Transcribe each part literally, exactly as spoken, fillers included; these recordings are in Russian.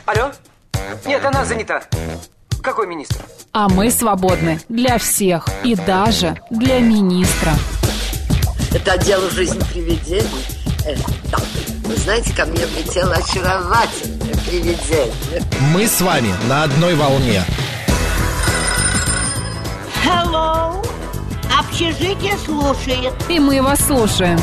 Алло? Нет, она занята. Какой министр? А мы свободны для всех и даже для министра. Это отдел «Жизнь привидений». Э, да. Вы знаете, ко мне влетело очаровательное привидение. Мы с вами на одной волне. Hello. Общежитие слушает. И мы вас слушаем.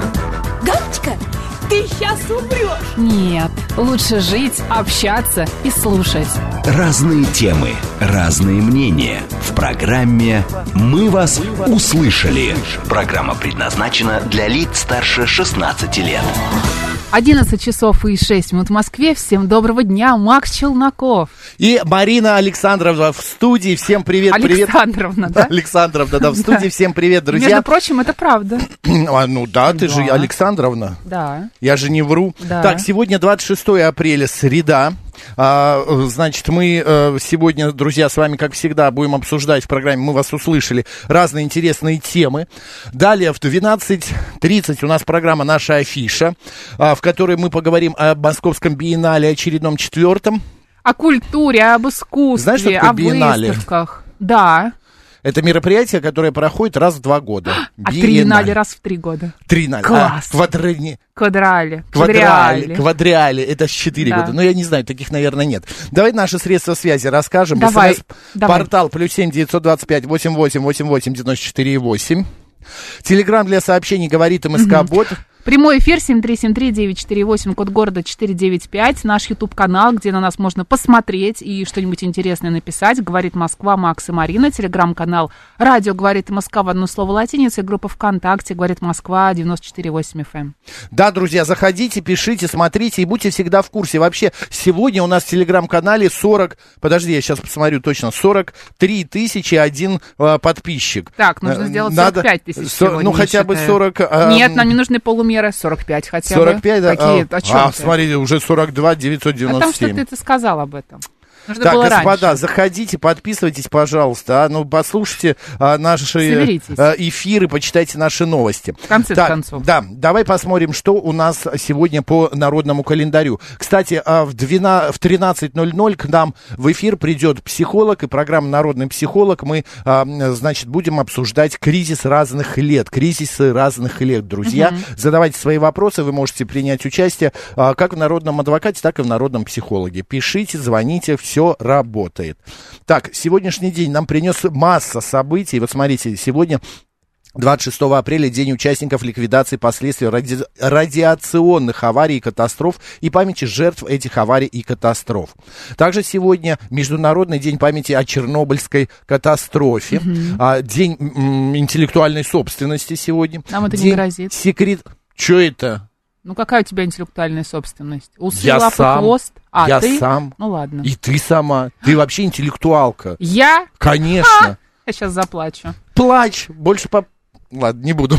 Галочка, ты сейчас умрешь. Нет, лучше жить, общаться и слушать. Разные темы, разные мнения. В программе «Мы вас услышали». Программа предназначена для лиц старше шестнадцати лет. одиннадцать часов и шесть минут в Москве. Всем доброго дня, Макс Челноков. И Марина Александровна в студии. Всем привет, привет. Александровна, да? Александровна, да, в студии. Всем привет, друзья. Между прочим, это правда. А, ну да, ты Да. же Александровна. Да. Я же не вру. Да. Так, сегодня двадцать шестое апреля, среда. А, значит, мы а, сегодня, друзья, с вами, как всегда, будем обсуждать в программе «Мы вас услышали» разные интересные темы. Далее в двенадцать тридцать у нас программа «Наша афиша», а, в которой мы поговорим о Московском биеннале очередном четвертом. О культуре, об искусстве, Знаешь, что такое о биеннале? выставках. Да. Это мероприятие, которое проходит раз в два года. А триеннале раз в три года. Триеннале. Класс. А, квадрани... Квадрали. Квадрали. Квадрали. Это четыре Да. года. Ну, я не знаю, таких, наверное, нет. Давай наши средства связи расскажем. Давай. Давай. Портал плюс семь девятьсот двадцать пять восемьдесят восемь восемьдесят восемь девяносто четыре восемь. Телеграм для сообщений говорит МСК-бот. Прямой эфир семь три семь три девять четыре восемь, код города четыре девять пять. Наш YouTube-канал, где на нас можно посмотреть и что-нибудь интересное написать. Говорит Москва, Макс и Марина. Телеграм-канал «Радио говорит Москва» в одно слово латиницей. Группа ВКонтакте «Говорит Москва» девяносто четыре восемь эф эм. Да, друзья, заходите, пишите, смотрите и будьте всегда в курсе. Вообще, сегодня у нас в Телеграм-канале сорок... Подожди, я сейчас посмотрю точно. сорок три тысячи один э, подписчик. Так, нужно сделать Надо... сорок пять тысяч со... сегодня, Ну, хотя бы считаю. сорок... Э... Нет, нам не нужны полумеры. сорок пять хотя сорок бы. пять, да? Какие? А, О чем а ты? смотрите, уже сорок два девятьсот А девяносто там семь. что-то ты сказал об этом. Нужно Так, было господа, раньше. заходите, подписывайтесь, пожалуйста. А, ну, послушайте а, наши Соберитесь. а, эфиры, почитайте наши новости. В конце так, концов. Да, давай посмотрим, что у нас сегодня по народному календарю. Кстати, а, в, двенадцать, в тринадцать ноль ноль к нам в эфир придет психолог и программа «Народный психолог». Мы, а, значит, будем обсуждать кризис разных лет, кризисы разных лет, друзья. Угу. Задавайте свои вопросы, вы можете принять участие а, как в народном адвокате, так и в народном психологе. Пишите, звоните, все работает. Так, сегодняшний день нам принес масса событий. Вот смотрите, сегодня... двадцать шестого апреля, день участников ликвидации последствий ради... радиационных аварий и катастроф и памяти жертв этих аварий и катастроф. Также сегодня Международный день памяти о Чернобыльской катастрофе, mm-hmm. а, день м- интеллектуальной собственности сегодня. Нам это день не грозит. Секрет... Что это? Ну, какая у тебя интеллектуальная собственность? Усы, Я лапы, сам. хвост? А, Я ты? сам. Ну, ладно. И ты сама. Ты вообще интеллектуалка. Я? Конечно. Я сейчас заплачу. Плачь. Больше по... Ладно, не буду.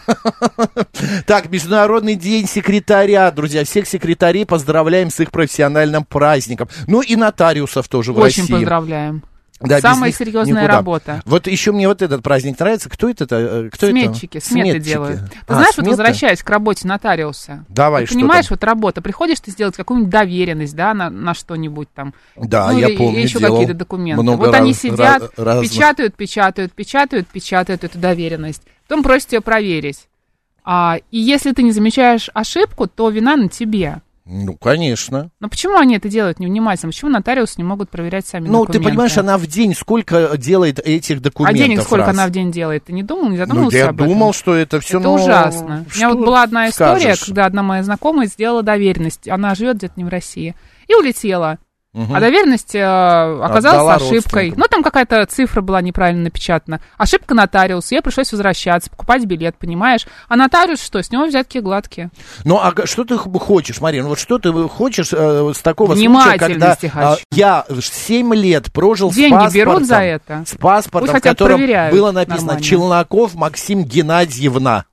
Так, Международный день секретаря, друзья. Всех секретарей поздравляем с их профессиональным праздником. Ну и нотариусов тоже в Очень России. поздравляем. Да, самая без них серьезная никуда. работа. Вот еще мне вот этот праздник нравится. Кто это? Кто Сметчики, это? сметы Сметчики. делают. Ты А, знаешь, сметы? вот возвращаясь к работе нотариуса. Давай, вот что понимаешь, там? вот работа. Приходишь ты сделать какую-нибудь доверенность, да, на, на что-нибудь там. Да, ну, я или, помню, или еще делал какие-то документы. много Вот они раз- сидят, раз- разных. печатают, печатают, печатают, печатают эту доверенность. Потом просят ее проверить. А, и если ты не замечаешь ошибку, то вина на тебе. Ну, конечно. Но почему они это делают невнимательно? Почему нотариусы не могут проверять сами Ну, документы? ты понимаешь, она в день сколько делает этих А документов? денег сколько раз? она в день делает? Ты не думал, не Ну, задумывался я об этом? думал, что это все... Это ну, ужасно. У меня вот что была одна история, скажешь? когда одна моя знакомая сделала доверенность. Она живет где-то не в России. И улетела. Угу. А доверенность э, оказалась Отдала ошибкой. родственникам. Ну, там какая-то цифра была неправильно напечатана. Ошибка нотариуса. Ей пришлось возвращаться, покупать билет, понимаешь? А нотариус что? С него взятки гладкие. Ну, а что ты хочешь, Марина? Вот что ты хочешь э, с такого случая, Внимательности когда хочу. э, я семь лет прожил Деньги с паспортом, берут за это? с паспортом, Пусть в хотя бы котором проверяют было написано нормально. Челноков Максим Геннадьевна.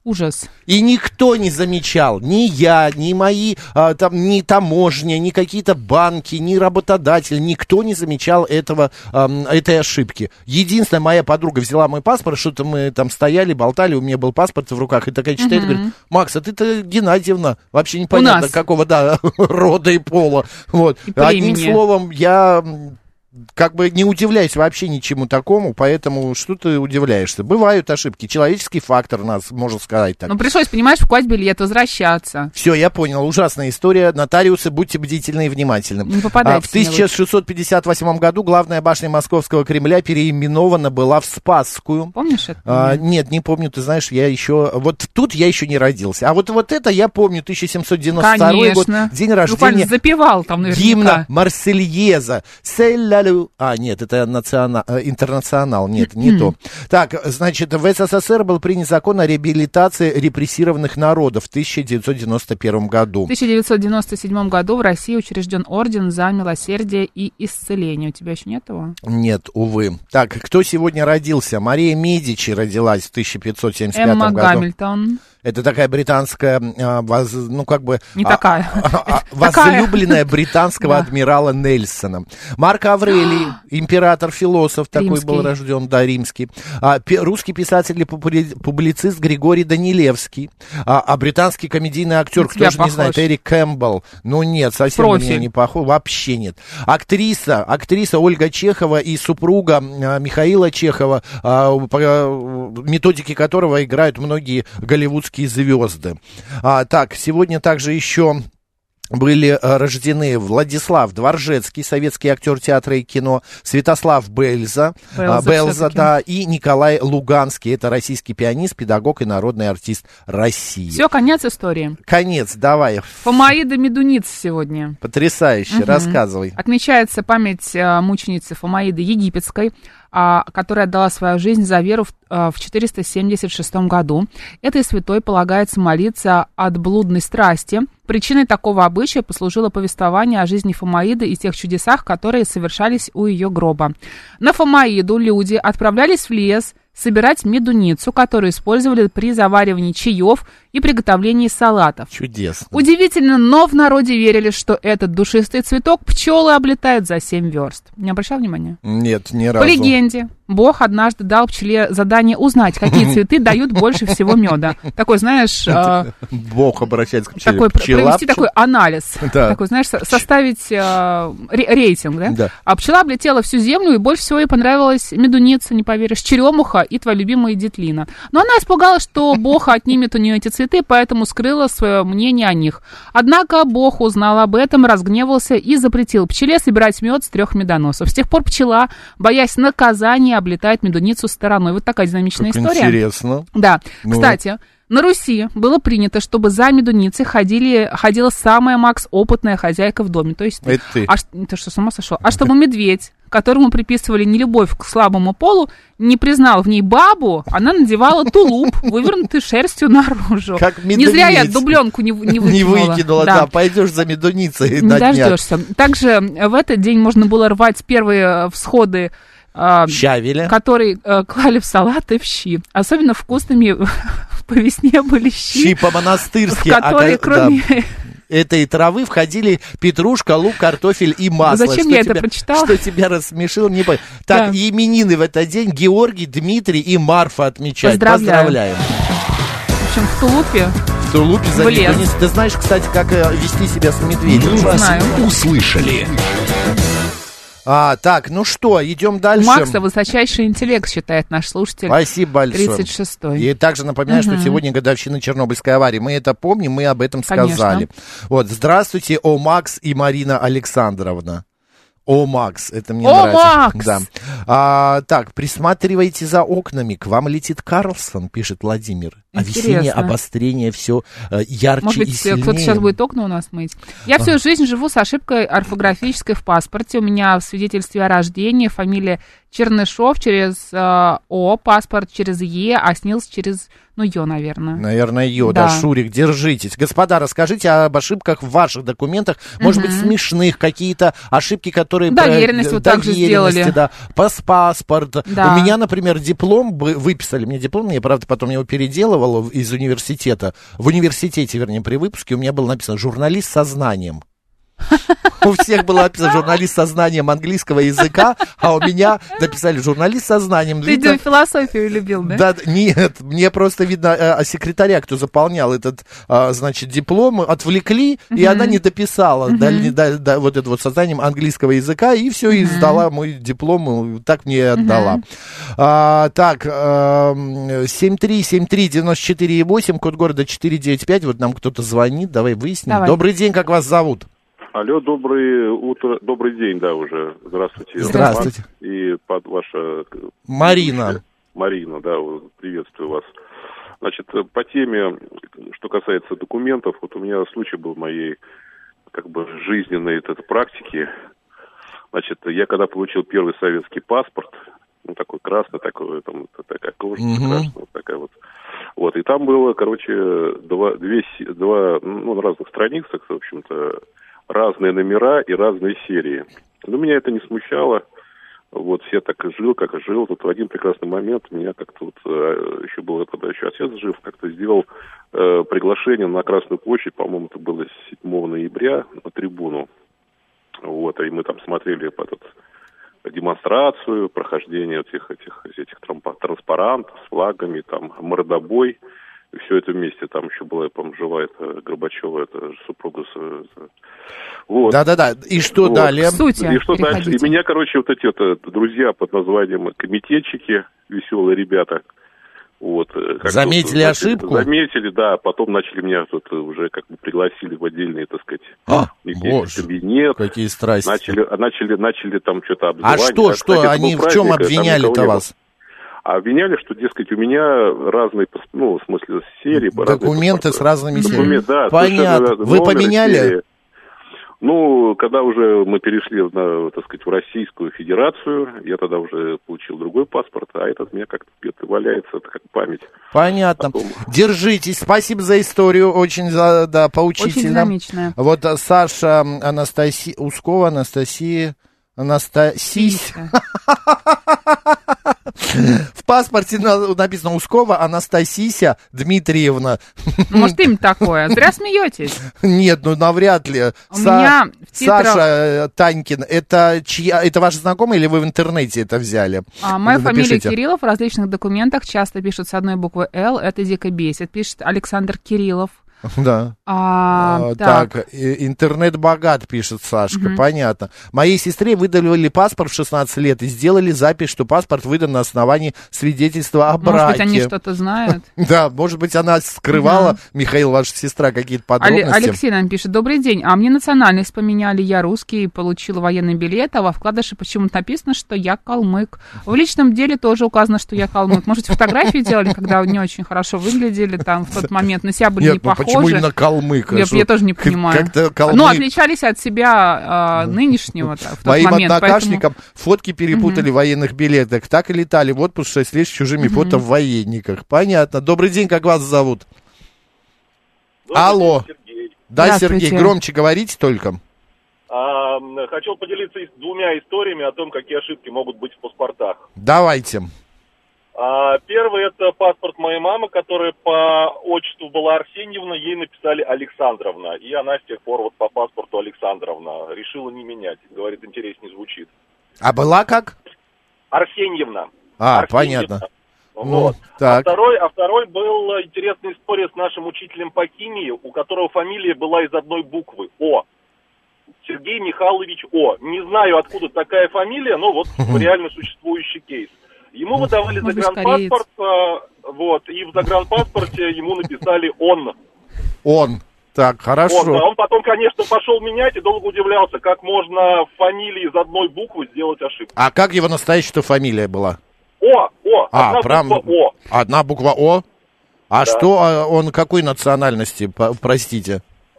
Ужас. И никто не замечал, ни я, ни мои, а, там, ни таможня, ни какие-то банки, ни работодатель, никто не замечал этого, а, этой ошибки. Единственная моя подруга взяла мой паспорт, что-то мы там стояли, болтали, у меня был паспорт в руках, и такая читает, угу. говорит, Макс, а ты-то Геннадьевна, вообще непонятно какого, да, рода и пола. Вот. Одним словом, я... как бы не удивляюсь вообще ничему такому, поэтому что ты удивляешься? Бывают ошибки, человеческий фактор нас, можно сказать так. Ну, пришлось, понимаешь, покупать билет, возвращаться. Все, я понял, ужасная история. Нотариусы, будьте бдительны и внимательны. Не попадайтесь. А, в тысяча шестьсот пятьдесят восьмом году главная башня Московского Кремля переименована была в Спасскую. Помнишь это? А, нет, не помню, ты знаешь, я еще... Вот тут я еще не родился. А вот, вот это я помню, тысяча семьсот девяносто второй год, день рождения. Запевал там наверняка. Гимна Марсельеза. А, нет, это национа... интернационал, нет, не то. Так, значит, в СССР был принят закон о реабилитации репрессированных народов в тысяча девятьсот девяносто первом году. В тысяча девятьсот девяносто седьмом году в России учрежден орден за милосердие и исцеление. У тебя еще нет его? Нет, увы. Так, кто сегодня родился? Мария Медичи родилась в тысяча пятьсот семьдесят пятом Эмма году. Гамильтон. Это такая британская, воз, ну, как бы... Не такая. А, а, возлюбленная британского адмирала Нельсона. Марк Аврелий, император-философ, такой был рожден, да, римский. А, пи, русский писатель и публицист Григорий Данилевский. А, а британский комедийный актер, кто же не знает, Эрик Кэмпбелл. Ну, нет, совсем на меня не похож, вообще нет. Актриса, актриса Ольга Чехова и супруга а, Михаила Чехова, а, по методике которого играют многие голливудские звезды. А, так, сегодня также еще были рождены Владислав Дворжецкий, советский актер театра и кино, Святослав Бельза, Белза, Белза да, и Николай Луганский, это российский пианист, педагог и народный артист России. Все, конец истории. Конец, давай. Фомаида Медуница сегодня. Потрясающе, угу. Рассказывай. Отмечается память мученицы Фомаиды Египетской, которая отдала свою жизнь за веру в четыреста семьдесят шестом году. Этой святой полагается молиться от блудной страсти. Причиной такого обычая послужило повествование о жизни Фомаиды и тех чудесах, которые совершались у ее гроба. На Фомаиду люди отправлялись в лес собирать медуницу, которую использовали при заваривании чаев и приготовлении салатов. Чудесно. Удивительно, но в народе верили, что этот душистый цветок пчелы облетают за семь верст. Не обращал внимания? Нет, ни разу. По легенде, Бог однажды дал пчеле задание узнать, какие цветы дают больше всего меда. Такой, знаешь... Бог обращается к пчеле. Такой, провести такой анализ. Такой, знаешь, составить рейтинг, да? А пчела облетела всю землю, и больше всего ей понравилась медуница, не поверишь, черемуха и твоя любимая детлина. Но она испугалась, что Бог отнимет у нее эти цветы, поэтому скрыла свое мнение о них. Однако Бог узнал об этом, разгневался и запретил пчеле собирать мед с трех медоносов. С тех пор пчела, боясь наказания, облетает медуницу стороной. Вот такая динамичная как история. Интересно. Да. Ну. Кстати, на Руси было принято, чтобы за медуницей ходили, ходила самая, Макс, опытная хозяйка в доме. То есть это ты. А, ты что, с ума сошел? А чтобы медведь, которому приписывали нелюбовь к слабому полу, не признал в ней бабу, она надевала тулуп, вывернутый шерстью наружу. Как медуниц. Не зря я дубленку не, не выкинула. Не выкинула, да. да. Пойдешь за медуницей не дождешься. Также в этот день можно было рвать первые всходы, щавеля, которые э, клали в салат и в щи. Особенно вкусными по весне были щи. Щи по-монастырски. В которые, а, кроме... Да. Этой травы входили петрушка, лук, картофель и масло. Зачем что я тебя, это прочитала? Что тебя рассмешило, не понял. Так, да. Именины в этот день Георгий, Дмитрий и Марфа отмечают. Поздравляю. Поздравляем. В общем, в тулупе. В тулупе за медуницей. Ты знаешь, кстати, как вести себя с медведем? Мы вас услышали. А, так, ну что, идем дальше. У Макса высочайший интеллект, считает наш слушатель. Спасибо большое. тридцать шестой. И также напоминаю, угу. что сегодня годовщина Чернобыльской аварии. Мы это помним, мы об этом Конечно. сказали. Вот, здравствуйте, О Макс и Марина Александровна. О, Макс, это мне О, нравится. Макс! Да. А, так, присматривайте за окнами. К вам летит Карлсон, пишет Владимир. А весеннее обострение все э, ярче Может быть, и сильнее. кто-то сейчас будет окна у нас мыть. Я а. всю жизнь живу с ошибкой орфографической в паспорте. У меня в свидетельстве о рождении фамилия Чернышов через э, О, паспорт через Е, а снился через, ну, Ё, наверное. Наверное, Ё, да. да, Шурик, держитесь. Господа, расскажите об ошибках в ваших документах. Может угу. быть, смешных, какие-то ошибки, которые... Доверенность вот так же сделали. Да, паспорт. Да. У меня, например, диплом выписали. Мне диплом, я, правда, потом его переделывал. переписывал из университета, в университете, вернее, при выпуске у меня было написано «журналист со знанием». У всех было написано «журналист со знанием английского языка», а у меня написали «журналист со знанием». Ты, видно, философию любил, да? Да, нет, мне просто видно, а секретаря, кто заполнял этот, а, значит, диплом, отвлекли, uh-huh. и она не дописала uh-huh. до, до, до, вот это вот со знанием английского языка, и все, uh-huh. и сдала мой диплом, так мне и отдала. Uh-huh. А, так, семь три семь три девяносто четыре восемь, код города четыре девять пять, вот нам кто-то звонит, давай выясним. Давай. Добрый день, как вас зовут? Алло, доброе утро, добрый день, да, уже. Здравствуйте. Здравствуйте. И под ваша... Марина. Марина, да, приветствую вас. Значит, по теме, что касается документов, вот у меня случай был в моей, как бы, жизненной этой практике. Значит, я когда получил первый советский паспорт, ну, такой красный, такой, там, такая кожа, угу. красная, такая вот. Вот, и там было, короче, два, две, два, ну, на разных страницах, в общем-то, разные номера и разные серии. Но меня это не смущало. Вот, все так и жил, как и жил. Тут в один прекрасный момент меня как-то вот, еще было, когда еще отец жив, как-то сделал э, приглашение на Красную площадь, по-моему, это было седьмого ноября, на трибуну. Вот, и мы там смотрели этот, демонстрацию, прохождение этих, этих, этих транспарантов с флагами, там, мордобой. И все это вместе. Там еще была, я помню, жива эта Горбачева, это супруга. Вот. Да-да-да. И что вот. Далее? Сути, и что дальше? И меня, короче, вот эти вот друзья под названием комитетчики, веселые ребята. Вот, заметили вот, ошибку? Заметили, да. Потом начали меня тут уже как бы пригласили в отдельный, так сказать, а, боже, кабинет. Какие страсти. Начали, начали, начали там что-то обзывать. А что, что? Кстати, они в чем обвиняли-то вас? А обвиняли, что, дескать, у меня разные, ну, в смысле, серии. Документы с разными сериями. Да, понятно. Вы поменяли? Серии. Ну, когда уже мы перешли, на, так сказать, в Российскую Федерацию, я тогда уже получил другой паспорт, а этот у меня как-то где-то валяется, это как память. Понятно. Потом... Держитесь. Спасибо за историю. Очень, да, поучительно. Очень замечательно. Вот Саша Анастасия, Ускова Анастасия, Анастасия. В паспорте написано Ускова Анастасия Дмитриевна. Может, имя такое? Зря смеетесь. Нет, ну навряд ли. У Са- меня в титрах... Саша Танькин, это чья? Это ваши знакомые или вы в интернете это взяли? А, моя фамилия Кириллов, в различных документах часто пишут с одной буквы «Л», это дико бесит. Пишет Александр Кириллов. Да. А, а, так. так, интернет богат, пишет Сашка, угу. Понятно. Моей сестре выдали паспорт в шестнадцать лет и сделали запись, что паспорт выдан на основании свидетельства о браке. Может быть, они что-то знают? Да, может быть, она скрывала, Михаил, ваша сестра, какие-то подробности. Алексей нам пишет: добрый день, а мне национальность поменяли, я русский, получил военный билет, а во вкладыше почему-то написано, что я калмык. В личном деле тоже указано, что я калмык. Может, фотографии делали, когда не очень хорошо выглядели там в тот момент, на себя были не похожи. Почему именно калмык? Я, я тоже не понимаю. Калмык... Ну, отличались от себя э, нынешнего так, в тот Моим момент. однокашникам поэтому... фотки перепутали в uh-huh. военных билетах. Так и летали в отпуск шесть лет с чужими uh-huh. фото в военниках. Понятно. Добрый день, как вас зовут? Добрый Алло. День, Сергей. Да, Сергей, громче говорите только. А, хочу поделиться двумя историями о том, какие ошибки могут быть в паспортах. Давайте. Первый — это паспорт моей мамы, которая по отчеству была Арсеньевна, ей написали Александровна. И она с тех пор вот по паспорту Александровна решила не менять. Говорит, интереснее звучит. А была как? Арсеньевна. А, Арсеньевна. Понятно. Вот. Ну, так. А, второй, а второй был интересная история с нашим учителем по химии, у которого фамилия была из одной буквы — О. Сергей Михайлович О. Не знаю, откуда такая фамилия, но вот реально существующий кейс. Ему выдавали загранпаспорт, вот, и в загранпаспорте ему написали «он». Он. Так, хорошо. Он, да, он потом, конечно, пошел менять и долго удивлялся, как можно в фамилии из одной буквы сделать ошибку. А как его настоящая фамилия была? О, О, а, одна прям... буква О. Одна буква О? А да. что, он какой национальности, простите?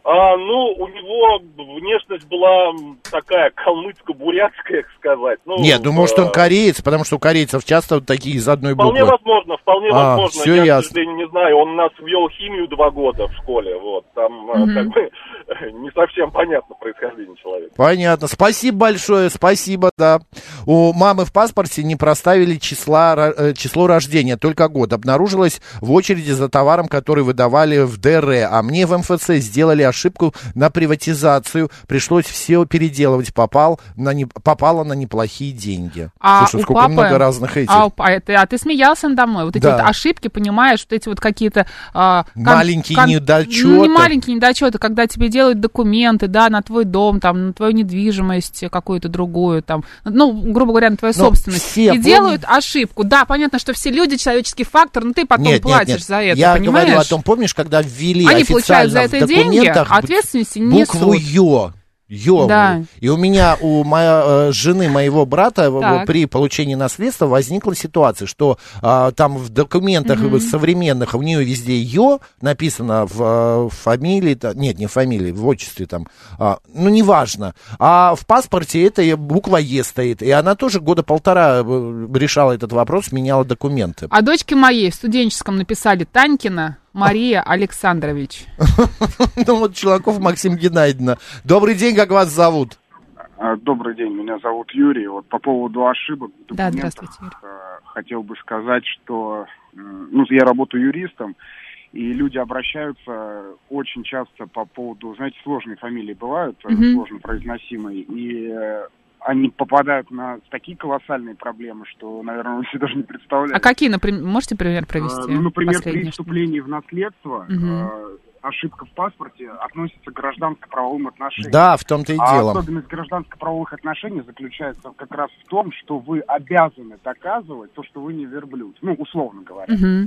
А, ну, у него внешность была такая калмыцко-бурятская, как сказать. Ну, Нет, ну, может, э... он кореец, потому что у корейцев часто вот такие из одной вполне буквы. Возможно, вполне а, возможно. Все Я, ясно. к сожалению, не знаю. Он у нас вел химию два года в школе. Вот. Там mm-hmm. как бы не совсем понятно происхождение человека. Понятно. Спасибо большое, спасибо, да. У мамы в паспорте не проставили числа, число рождения, только год. Обнаружилось в очереди за товаром, который выдавали в ДР, а мне в МФЦ сделали ошибку на приватизацию. Пришлось все переделывать. Попал на не, попало на неплохие деньги. А Слушай, у сколько папы, много разных этих. А, а, это, а ты смеялся надо мной? Вот эти да. вот ошибки, понимаешь, вот эти вот какие-то... А, кон, маленькие кон, недочеты. Ну, не маленькие недочеты, когда тебе делают документы, да, на твой дом, там, на твою недвижимость какую-то другую, там, ну, грубо говоря, на твою но собственность. Все, и помню... делают ошибку. Да, понятно, что все люди, человеческий фактор, но ты потом нет, платишь нет, нет. за это, Я понимаешь? говорю о том, помнишь, когда ввели Они официально получают за это в документах деньги, ответственности букву несут. «Ё». Ё, да. И у меня, у моя, э, жены моего брата так. при получении наследства возникла ситуация, что э, там в документах mm-hmm. современных у нее везде «Ё» написано в э, фамилии, то, нет, не в фамилии, в отчестве там, э, ну, неважно. А в паспорте это буква «Е» стоит, и она тоже года полтора решала этот вопрос, меняла документы. А дочке моей в студенческом написали Танькина Мария Александрович. Ну вот Челноков Максим Геннадьевна. Добрый день, как вас зовут? Добрый день, меня зовут Юрий. Вот по поводу ошибок в да, документах хотел бы сказать, что ну, я работаю юристом, и люди обращаются очень часто по поводу, знаете, сложные фамилии бывают, mm-hmm. сложно произносимые, и они попадают на такие колоссальные проблемы, что, наверное, вы все даже не представляете. А какие, например, можете пример привести? Ну, например, при вступлении в наследство угу. ошибка в паспорте относится к гражданско-правовым отношениям. Да, в том-то и а дело. Особенность гражданско-правовых отношений заключается как раз в том, что вы обязаны доказывать то, что вы не верблюд. Ну, условно говоря. Угу.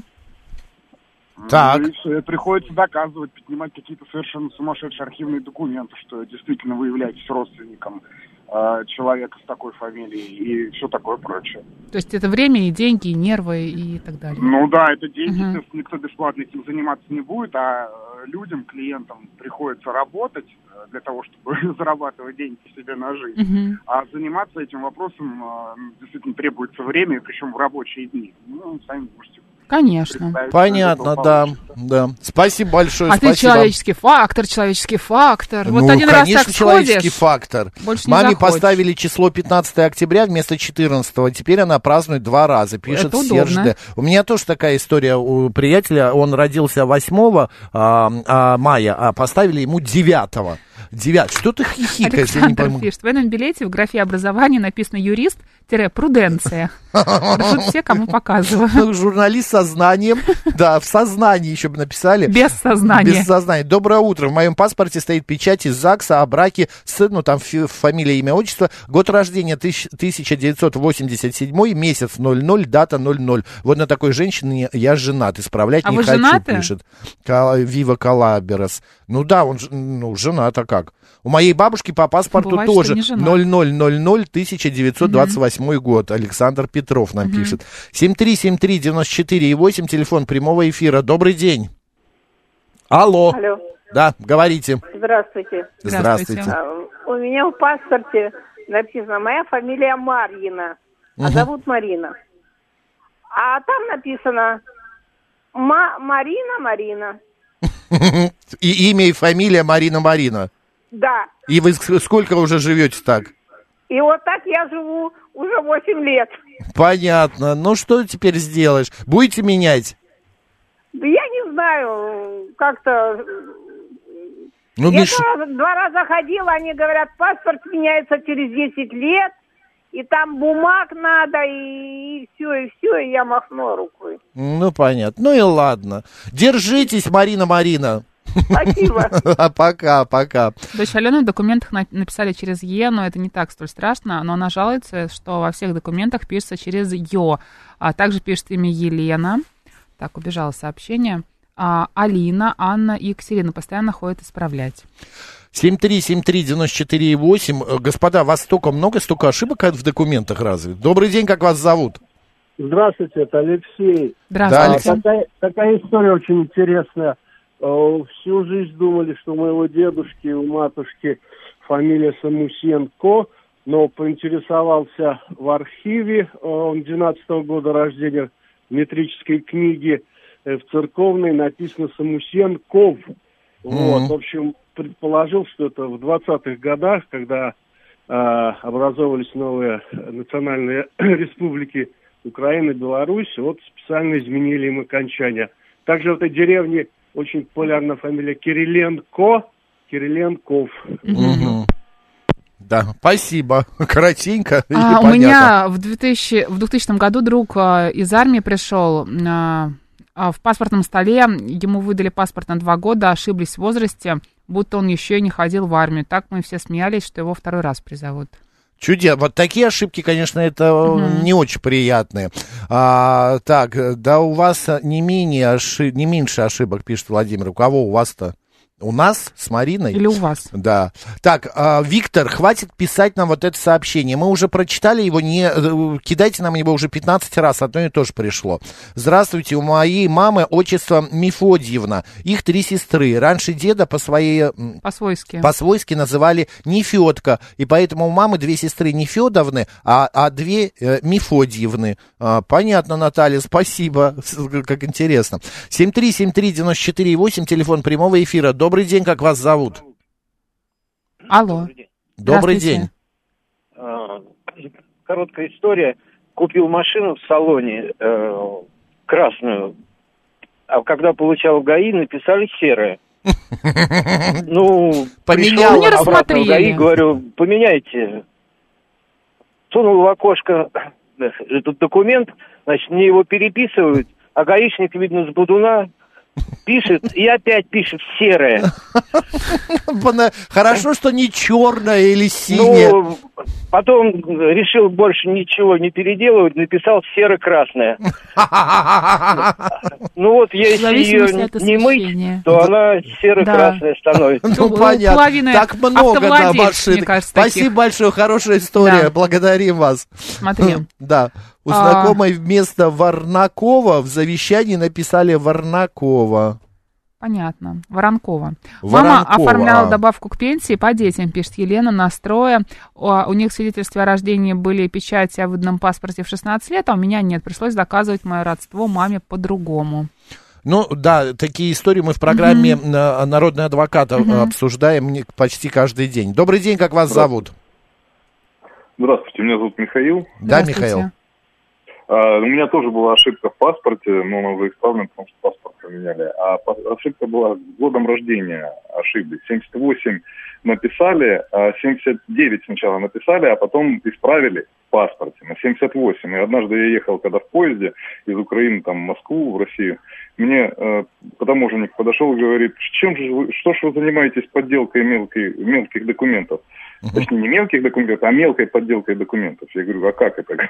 Так. Ну, и все, приходится доказывать, поднимать какие-то совершенно сумасшедшие архивные документы, что действительно вы являетесь родственником человека с такой фамилией и все такое прочее. То есть это время и деньги, и нервы и так далее. Ну да, это деньги, uh-huh. естественно, никто бесплатно этим заниматься не будет, а людям, клиентам приходится работать для того, чтобы зарабатывать деньги себе на жизнь. Uh-huh. А заниматься этим вопросом действительно требуется время, причем в рабочие дни. Ну, сами можете. Конечно. Понятно, да, да. Спасибо большое. А спасибо. Ты человеческий фактор, человеческий фактор. Ну, вот один конечно, раз так человеческий сходишь, фактор. Больше не Маме захочешь. Поставили число пятнадцатое октября вместо четырнадцатого. Теперь она празднует два раза, пишет Серж Д. У меня тоже такая история у приятеля. Он родился восьмого а, а, мая, а поставили ему девятого. Девят. Что ты хихикаешь? Александр я не пойму. Пишет, в этом билете в графе образования написано юрист-пруденция. Ржут все, кому показываю. Журналист со знанием. Да, в сознании еще бы написали. Без сознания. Без сознания. Доброе утро. В моем паспорте стоит печать из ЗАГСа о браке с, ну, там фамилия, имя, отчество. Год рождения тысяча девятьсот восемьдесят седьмой, месяц ноль ноль, дата ноль ноль. Вот на такой женщине я женат. Исправлять а не вы хочу, женаты? Пишет. Вива Калаберас. Ну да, он ну, женат, а как? У моей бабушки по паспорту бывает, тоже ноль ноль ноль ноль тысяча девятьсот двадцать восьмой угу. год. Александр Петров нам угу. пишет. семь три семь три девять четыре восемь, телефон прямого эфира. Добрый день. Алло. Алло. Да, говорите. Здравствуйте. Здравствуйте. А, у меня в паспорте написано, моя фамилия Марьина, а угу. зовут Марина. А там написано Ма- Марина Марина. И имя, и фамилия Марина Марина. Да. И вы сколько уже живете так? И вот так я живу уже восемь лет. Понятно. Ну, что теперь сделаешь? Будете менять? Да я не знаю, как-то... Ну, я Миш... два, два раза ходила, они говорят, паспорт меняется через десять лет, и там бумаг надо, и, и все, и все, и я махнула рукой. Ну, понятно. Ну и ладно. Держитесь, Марина Марина. Спасибо. Пока, пока. Дочь Алены в документах написали через Е, но это не так столь страшно, но она жалуется, что во всех документах пишется через Ё. А также пишет имя Елена. Так, убежало сообщение. А, Алина, Анна и Екатерина постоянно ходят исправлять. семь три семь три девять четыре восемь. Господа, вас столько много, столько ошибок в документах разве? Добрый день, как вас зовут? Здравствуйте, это Алексей. Здравствуйте. А, такая, такая история очень интересная. Всю жизнь думали, что у моего дедушки, у матушки фамилия Самусенко, но поинтересовался в архиве, он двенадцатого года рождения, в метрической книге в церковной написано Самусенков. Mm-hmm. Вот, в общем, предположил, что это в двадцатых годах, когда э, образовывались новые национальные республики Украины, Беларусь, вот специально изменили им окончание. Также в этой деревне очень популярна фамилия Кириленко, Кириленков. Mm-hmm. Да, спасибо. Коротенько и а, понятно. У меня в, двухтысячном году друг а, из армии пришел. А, а в паспортном столе ему выдали паспорт на два года, ошиблись в возрасте, будто он еще и не ходил в армию. Так мы все смеялись, что его второй раз призовут. Чудесно. Вот такие ошибки, конечно, это mm-hmm. не очень приятные. А, так, да у вас не, менее ошиб... не меньше ошибок, пишет Владимир. У кого у вас-то? У нас с Мариной? Или у вас? Да. Так, э, Виктор, хватит писать нам вот это сообщение. Мы уже прочитали его, не э, кидайте нам его уже пятнадцать раз, одно и то же пришло. Здравствуйте, у моей мамы отчество Мефодьевна. Их три сестры. Раньше деда по своей... По-свойски. По-свойски называли Нефедка. И поэтому у мамы две сестры Нефедовны, а, а две э, Мефодьевны. А, понятно, Наталья, спасибо. Как интересно. семь три семь три девять четыре восемь, телефон прямого эфира. Добрый день, как вас зовут? Алло. Добрый день. Короткая история. Купил машину в салоне э, красную, а когда получал ГАИ, написали серая. Ну, поменял. Пришел обратно в ГАИ, говорю, поменяйте. Сунул в окошко этот документ, значит, мне его переписывают, а гаишник, видно, с бодуна пишет, и опять пишет серое. Хорошо, что не черное или синее. Ну, потом решил больше ничего не переделывать, написал серо-красное. Ну вот, если ее не мыть, то она серо-красная становится. Ну, понятно. Так много, да, машин. Спасибо большое, хорошая история. Благодарим вас. Смотри. Да. У знакомой вместо Варнакова в завещании написали Варнакова. Понятно. Воронкова. Воронкова. Мама оформляла добавку к пенсии по детям, пишет Елена, настроя. У них в свидетельстве о рождении были печати о выданном паспорте в шестнадцать лет, а у меня нет. Пришлось доказывать мое родство маме по-другому. Ну, да, такие истории мы в программе mm-hmm. «Народный адвокат» mm-hmm. обсуждаем почти каждый день. Добрый день, как вас зовут? Здравствуйте, меня зовут Михаил. Да, Михаил. Uh, у меня тоже была ошибка в паспорте, но она уже исправлена, потому что паспорт поменяли. А ошибка была с годом рождения, ошиблись. семьдесят восемь написали, а семьдесят девять сначала написали, а потом исправили в паспорте на семьдесят восемь. И однажды я ехал, когда в поезде из Украины там, в Москву, в Россию, мне э, таможенник подошел и говорит, чем же вы, что ж вы занимаетесь подделкой мелких, мелких документов? Uh-huh. Точнее, не мелких документов, а мелкой подделкой документов. Я говорю, а как это?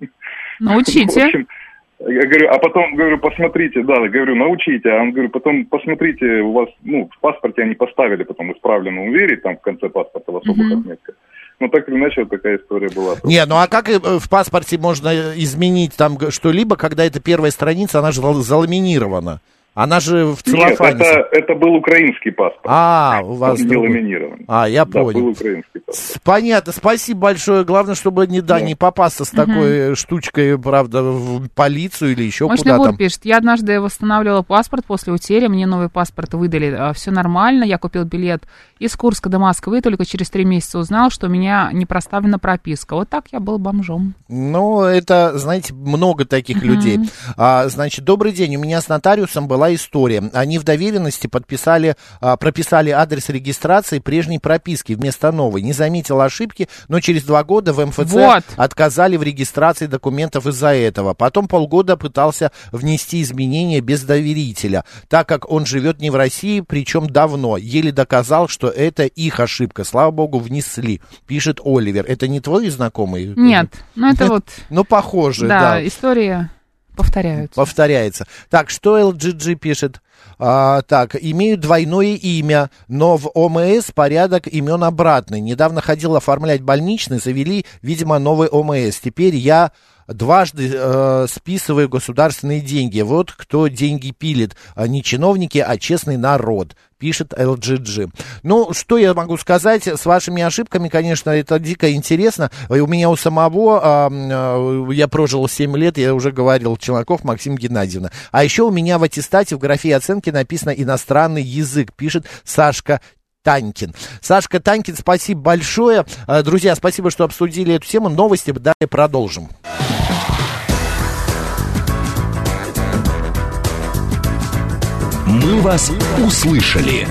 Научите. В общем, я говорю, а потом, говорю, посмотрите, да, говорю, научите, а он, говорю, потом посмотрите, у вас, ну, в паспорте они поставили потом исправленно уверить, там, в конце паспорта в особых uh-huh. отметках. Ну, так или иначе, вот такая история была. Не, ну, а как в паспорте можно изменить там что-либо, когда эта первая страница, она же заламинирована? Она же в целлофане. Нет, это, это был украинский паспорт. А, у вас он не ламинирован. А, я да, понял. Был украинский паспорт. Понятно, спасибо большое. Главное, чтобы не, да, не попасться с угу. такой штучкой, правда, в полицию или еще Мой куда-то. Шнегур пишет, я однажды восстанавливала паспорт после утери, мне новый паспорт выдали, все нормально, я купил билет из Курска до Москвы, только через три месяца узнал, что у меня не проставлена прописка. Вот так я был бомжом. Ну, это, знаете, много таких угу. людей. А, значит, добрый день, у меня с нотариусом была история. Они в доверенности подписали, прописали адрес регистрации прежней прописки вместо новой. Не заметил ошибки, но через два года в эм эф цэ вот. отказали в регистрации документов из-за этого. Потом полгода пытался внести изменения без доверителя, так как он живет не в России, причем давно. Еле доказал, что это их ошибка. Слава богу, внесли, пишет Оливер. Это не твой знакомый? Нет, ну это вот... Ну, похоже, да. Да, история... Повторяются. Повторяется. Так, что эл джи джи пишет? А, так, имею двойное имя, но в о эм эс порядок имен обратный. Недавно ходил оформлять больничный, завели, видимо, новый о эм эс. Теперь я дважды э, списываю государственные деньги. Вот кто деньги пилит. Не чиновники, а честный народ. Пишет эл джи джи. Ну, что я могу сказать? С вашими ошибками, конечно, это дико интересно. У меня у самого, э, э, я прожил семь лет, я уже говорил, Челноков Максим Геннадьевна. А еще у меня в аттестате в графе оценки написано «иностранный язык», пишет Сашка Танькин. Сашка Танькин, спасибо большое. Друзья, спасибо, что обсудили эту тему. Новости далее продолжим. Мы вас услышали.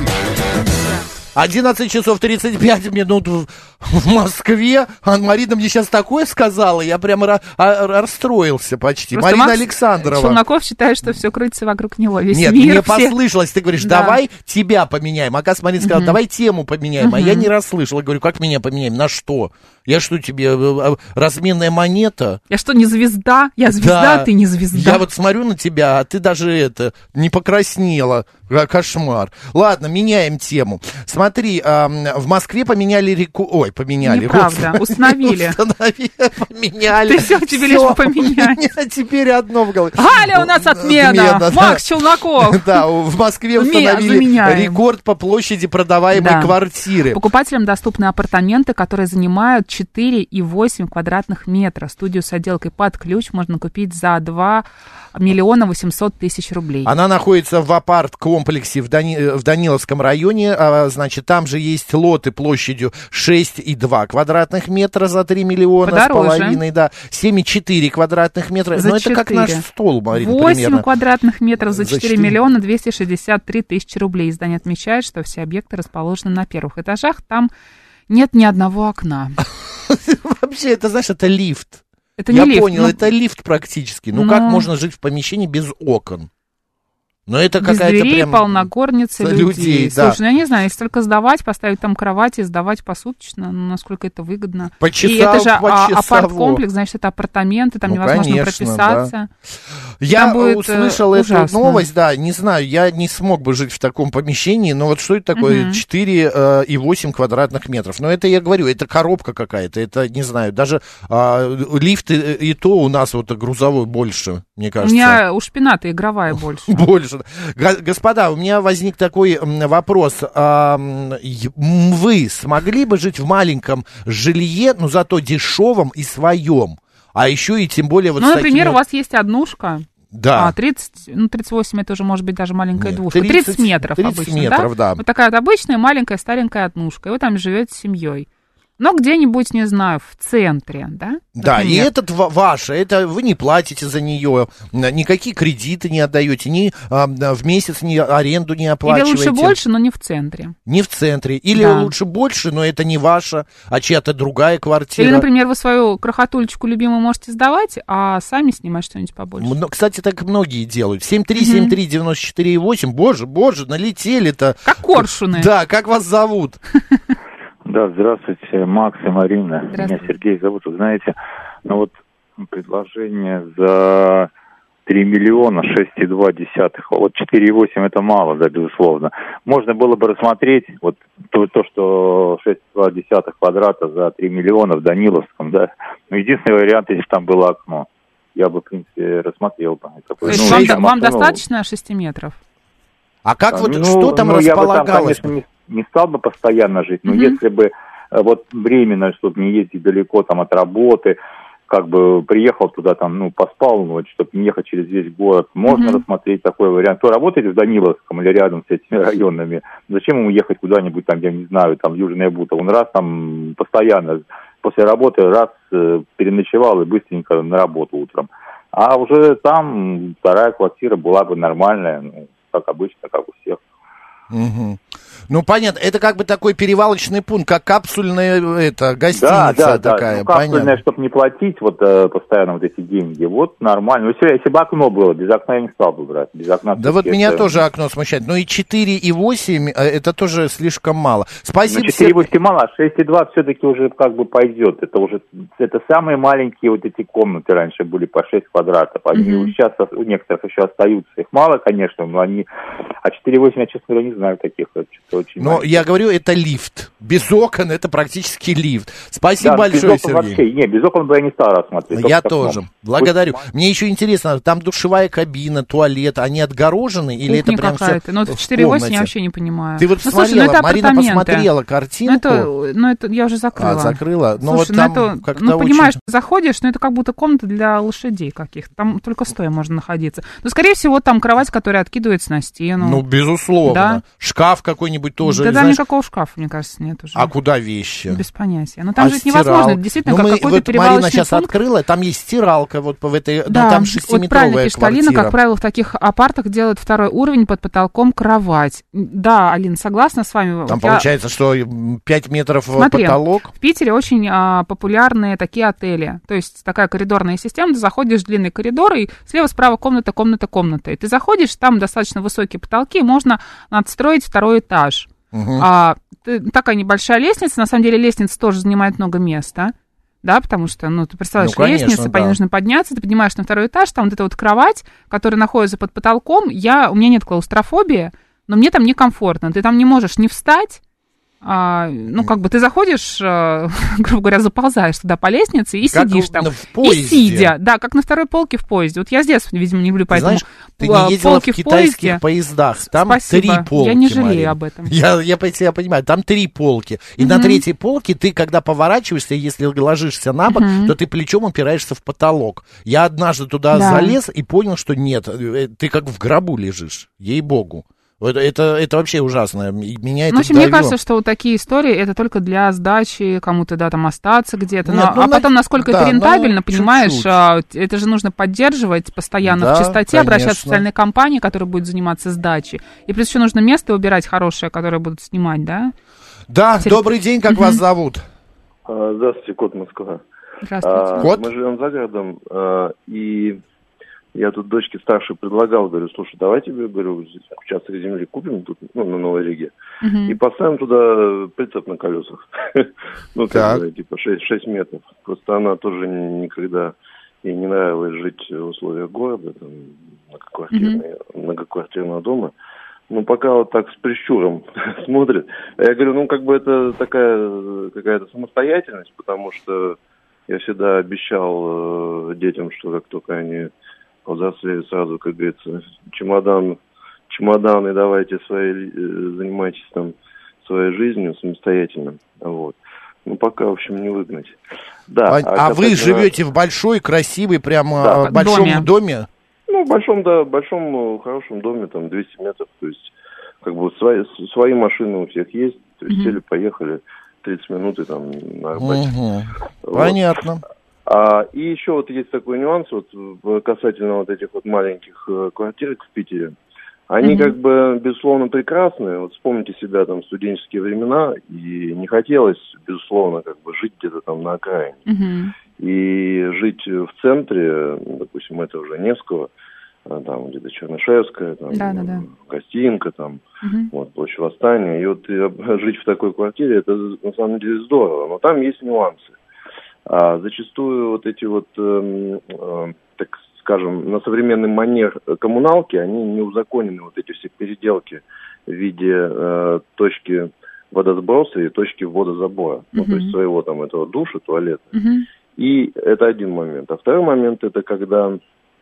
одиннадцать часов тридцать пять минут в, в Москве. Анна-Марина мне сейчас такое сказала, я прямо ра- а- расстроился почти. Просто Марина Макс Александрова. Челноков считает, что все крутится вокруг него. Весь Нет, мир, мне все... послышалось. Ты говоришь, Да. давай тебя поменяем. А оказывается, Марина сказала, Мгм. давай тему поменяем. А Мгм. я не расслышал. Я говорю, как меня поменяем? На что? Я что, тебе э, разменная монета? Я что, не звезда? Я звезда, Да. а ты не звезда. Я вот смотрю на тебя, а ты даже это, не покраснела. Ка- Кошмар. Ладно, меняем тему. Смотри, эм, в Москве поменяли реку... Ой, поменяли. Неправда, Господи. установили. Установили, поменяли. Ты все, тебе лишь бы поменять. У меня теперь одно в голове. Галя, у нас отмена. Отмена, да. Макс Челноков. Да, в Москве Ме- установили заменяем. рекорд по площади продаваемой Да. квартиры. Покупателям доступны апартаменты, которые занимают четыре и восемь квадратных метра. Студию с отделкой под ключ можно купить за два миллиона восемьсот тысяч рублей. Она находится в апарт-комплексе в, Дани- в Даниловском районе. А, значит, там же есть лоты площадью шесть и два квадратных метра за три миллиона Подороже. с половиной. Да, семь и четыре квадратных метра. За Ну, это как наш четыре. стол, Марина, восемь примерно. квадратных метров за За четыре четыре. миллиона двести шестьдесят три тысячи рублей. Издание отмечает, что все объекты расположены на первых этажах. Там нет ни одного окна. Вообще, это, знаешь, это лифт. Это не Я лифт, понял, ну- это лифт практически. Ну, Ну. как можно жить в помещении без окон? Но это Без какая-то дверей, прям... полногорница людей, людей. да. Слушай, ну я не знаю, если только сдавать, поставить там кровати, сдавать посуточно, ну, насколько это выгодно. По И часам, это же по а, часово. апарт-комплекс, значит, это апартаменты, там Ну, невозможно конечно, прописаться. Я Там будет, услышал э, эту ужасно. новость, да, не знаю, я не смог бы жить в таком помещении, но вот что это такое, Мгм. четыре и восемь квадратных метров, но это я говорю, это коробка какая-то, это, не знаю, даже а, лифт и, и то у нас вот грузовой больше, мне У кажется. меня у шпината игровая больше. Больше. Га- Господа, у меня возник такой м, вопрос. А, м, й- м, вы смогли бы жить в маленьком жилье, но зато дешевом и своем? А еще и тем более вот Ну, с например, такими- у вас есть однушка. Да. А, тридцать, ну, тридцать восемь это уже может быть даже маленькая Нет, двушка. тридцать тридцать метров тридцать обычно, метров, да. Вот такая вот обычная маленькая старенькая однушка. И вы там живете с семьей. Но где-нибудь, не знаю, в центре, да? Да, и Например. этот ва- ваше, это вы не платите за нее, никакие кредиты не отдаете, ни а, в месяц ни аренду не Или оплачиваете. лучше больше, но не в центре. Не в центре. Или Да. лучше больше, но это не ваша, а чья-то другая квартира. Или, например, вы свою крохотулечку любимую можете сдавать, а сами снимать что-нибудь побольше. Мно- Кстати, так многие делают. семь три семь три девять четыре восемь. Боже, боже, налетели-то. Как коршуны. Да, как вас зовут? Да, здравствуйте, Макс и Марина. Меня Здравствуйте. Сергей зовут. Вы знаете, ну вот предложение за три миллиона шесть и два десятых. Вот четыре и восемь это мало, да, безусловно. Можно было бы рассмотреть вот то, то что шесть и два десятых квадрата за три миллиона в Даниловском, да. Но единственный вариант, если там было окно. Я бы, в принципе, рассмотрел бы. Это, То есть ну, вам, и там вам окно, ну, достаточно шести метров? А как вот, ну, что там ну, располагалось? Я бы там, конечно, не, не стал бы постоянно жить, но Мгм. если бы э, вот временно, чтобы не ездить далеко там от работы, как бы приехал туда, там, ну, поспал ночь, чтобы не ехать через весь город, можно Мгм. рассмотреть такой вариант. Кто работает в Даниловском или рядом с этими районами, зачем ему ехать куда-нибудь там, я не знаю, там, Южная Бута, он раз там постоянно после работы раз э, переночевал и быстренько на работу утром. А уже там вторая квартира была бы нормальная, ну, как обычно, как у всех. Мгм. Ну, понятно, это как бы такой перевалочный пункт, как капсульная это, гостиница да, да, такая, да. Ну, капсульная, понятно. чтобы не платить вот э, постоянно вот эти деньги, вот нормально. Ну, если, если бы окно было, без окна я не стал бы брать. Без окна Да вот это- меня тоже окно смущает. Ну и четыре и восемь, э, это тоже слишком мало. Ну, Спасибо. четыре и восемь мало, а шесть и два все-таки уже как бы пойдет. Это уже, это самые маленькие вот эти комнаты раньше были по шесть квадратов. Они Мгм. сейчас у некоторых еще остаются. Их мало, конечно, но они... А четыре и восемь, я, честно говоря, не знаю таких. Что-то это очень Но маленький. я говорю, это лифт. Без окон это практически лифт. Спасибо Да, большое, без окон Сергей. вообще, не, без окон бы я не стал рассматривать. Я только тоже. окном. Благодарю. Пусть- Мне еще интересно, там душевая кабина, туалет, они отгорожены или это Кухня прям все какая-то. Ну, это в четыре восемь я вообще не понимаю. Ты вот ну, смотрела, слушай, ну, это Марина апартаменты. посмотрела Ну, картинку. это, ну, это я уже закрыла. А, закрыла? Ну, Слушай, вот там ну, это, как-то ну, понимаешь, очень... заходишь, ну, это как будто комната для лошадей каких-то. Там только стоя можно находиться. Ну, скорее всего, там кровать, которая откидывается на стену. Ну, безусловно. Да? Шкаф какой-нибудь тоже. Да, там знаешь... никакого шкафа, мне кажется, нет уже. А куда вещи? Без понятия. Ну, там а же это стирал... невозможно. Это действительно ну, как мы, какой-то вот перевалочный Марина сейчас пункт. открыла, там есть стиралка вот в этой, Да, ну, там вот шестиметровая правильно пишет квартира. Алина, как правило, в таких апартах делают второй уровень под потолком кровать. Да, Алина, согласна с вами. Там Я... получается, что пять метров Смотри, потолок. В Питере очень а, популярные такие отели. То есть такая коридорная система, ты заходишь в длинный коридор, и слева-справа комната, комната, комната. И ты заходишь, там достаточно высокие потолки, можно отстроить второй этаж. Угу. А, ты, такая небольшая лестница, на самом деле лестница тоже занимает много места. Да, потому что, ну, ты представляешь, ну, конечно, лестница, по ней да. нужно подняться, ты поднимаешь на второй этаж, там вот эта вот кровать, которая находится под потолком, я, у меня нет клаустрофобии, но мне там некомфортно, ты там не можешь не встать, а, ну, как бы ты заходишь, а, грубо говоря, заползаешь туда по лестнице и как сидишь там. в поезде. И сидя, да, как на второй полке в поезде. Вот я с детства, видимо, не люблю, поэтому Знаешь, ты не ездила полки в китайских поезде. поездах, там Спасибо. три полки, Я не жалею Марина. об этом. Я, я, я понимаю, там три полки. И Угу. на третьей полке ты, когда поворачиваешься, если ложишься на бок, Угу. то ты плечом упираешься в потолок. Я однажды туда Да. залез и понял, что нет, э, ты как в гробу лежишь, ей-богу. Это, это, это вообще ужасно. Меня это Ну, в общем, давило. мне кажется, что вот такие истории, это только для сдачи, кому-то, да, там остаться где-то. Нет, Но, ну, а на- потом, насколько да, это рентабельно, ну, понимаешь, чуть-чуть. а, это же нужно поддерживать постоянно Да, в чистоте, обращаться в конечно. специальные компании, которые будут заниматься сдачей. И плюс еще нужно место выбирать хорошее, которое будут снимать, да? Да, Терп- добрый день, как Мгм. вас зовут? А, Здравствуйте, Кот Москва. Здравствуйте. А, Кот? Мы живем за городом, а, и я тут дочке старшей предлагал, говорю, слушай, давай тебе, говорю, участок земли купим тут, ну, на Новой Риге, Мгм. и поставим туда прицеп на колесах. Ну, Так. как бы, типа шесть метров. Просто она тоже никогда, ей не нравилось жить в условиях города, там, многоквартирные- многоквартирного дома. Ну, пока вот так с прищуром смотрит. Я говорю, ну, как бы это такая какая-то самостоятельность, потому что я всегда обещал э, детям, что как только они повзрослеют, сразу, как говорится, чемодан, чемодан, и давайте свои, э, занимайтесь там своей жизнью самостоятельно. Вот. Ну, пока, в общем, не выгнать. Да. А, а вы касательно- живете в большой, красивой, прямо Да. э, большом Доме. доме? Ну, в большом, да, большом, э, хорошем доме, там, двести метров, то есть, как бы, свои, с- свои машины у всех есть, то есть, Мгм. сели, поехали, тридцать минут, и там, на работе. Мгм. Вот. Понятно. А, и еще вот есть такой нюанс, вот, в- касательно вот этих вот маленьких э, квартирок в Питере. Они, Мгм. как бы, безусловно, прекрасные. Вот вспомните себя, там, студенческие времена, и не хотелось, безусловно, как бы, жить где-то там на окраине. Мгм. И жить в центре, допустим, это уже Невского, а, там где-то Чернышевская, там, Да, да, да. Гостинка, там, Мгм. вот, Площадь Восстания. И вот и об- жить в такой квартире, это на самом деле здорово. Но там есть нюансы. А зачастую вот эти вот, эм, э, так скажем, на современный манер коммуналки, они не узаконены, вот эти все переделки в виде э, точки водосброса и точки водозабора. Ну, то Мгм. есть своего там этого душа, туалета. Мгм. И это один момент. А второй момент, это когда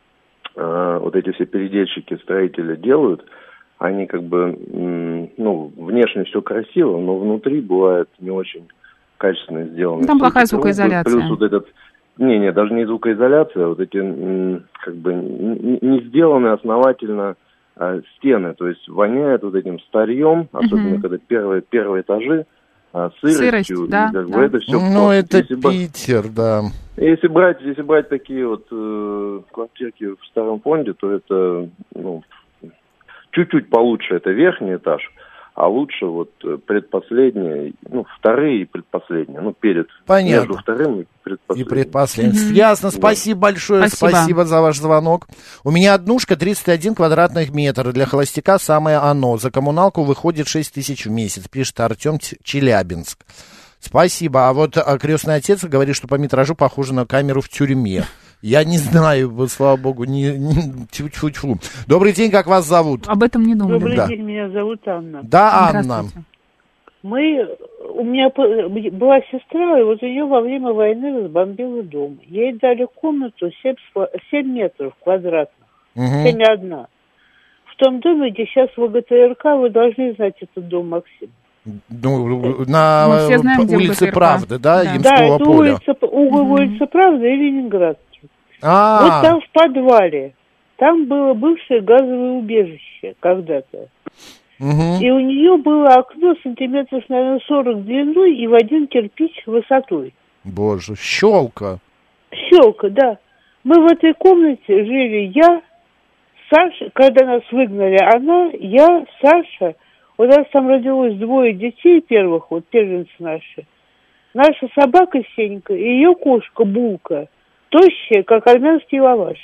э, вот эти все передельщики, строители делают, они как бы, м, ну, внешне все красиво, но внутри бывает не очень качественно сделано. Ну, там Все плохая эти трубы, звукоизоляция. Плюс вот этот, не, не, даже не звукоизоляция, а вот эти, м, как бы, не, не сделаны основательно а, стены, то есть воняет вот этим старьем, особенно Мгм. когда первые, первые этажи, а, сыростью, Сырость, да, и как бы да. это все. Ну, это Питер, да. Если брать, если брать такие вот э, квартирки в старом фонде, то это, ну, чуть-чуть получше, это верхний этаж, а лучше вот э, предпоследний, ну, вторые и предпоследние, ну, перед, Понятно. между вторым и И предпоследним. предпоследний. Мгм. Ясно, Да. спасибо большое, Спасибо. спасибо. за ваш звонок. У меня однушка тридцать один квадратных метра. Для холостяка самое оно. За коммуналку выходит шесть тысяч в месяц, пишет Артем, Т- Челябинск. Спасибо. А вот а, крестный отец говорит, что по метражу похоже на камеру в тюрьме. Я не знаю, вот, слава богу, не, не тьфу-тьфу-тьфу. Добрый день, как вас зовут? Об этом не думали. Добрый да. день, меня зовут Анна. Да, Анна. Мы, у меня была сестра, и вот у нее во время войны разбомбило дом. Ей дали комнату семь метров квадратных, угу. семь и одна. В том доме, где сейчас ВГТРК, вы должны знать этот дом, Максим. Ну, на Мы знаем, улице Правды, да, да. Ямского да, это поля. Улица, угол mm-hmm. улицы Правды и Ленинградский. А-а-а. Вот там в подвале, там было бывшее газовое убежище когда-то. Угу. И у нее было окно сантиметров, наверное, сорок длиной и в один кирпич высотой. Боже, щелка. Щелка, да. Мы в этой комнате жили я, Саша, когда нас выгнали, она, я, Саша. У нас там родилось двое детей первых, вот первенцы наши. Наша собака Сенька и ее кошка Булка. Тощая, как армянский лаваш.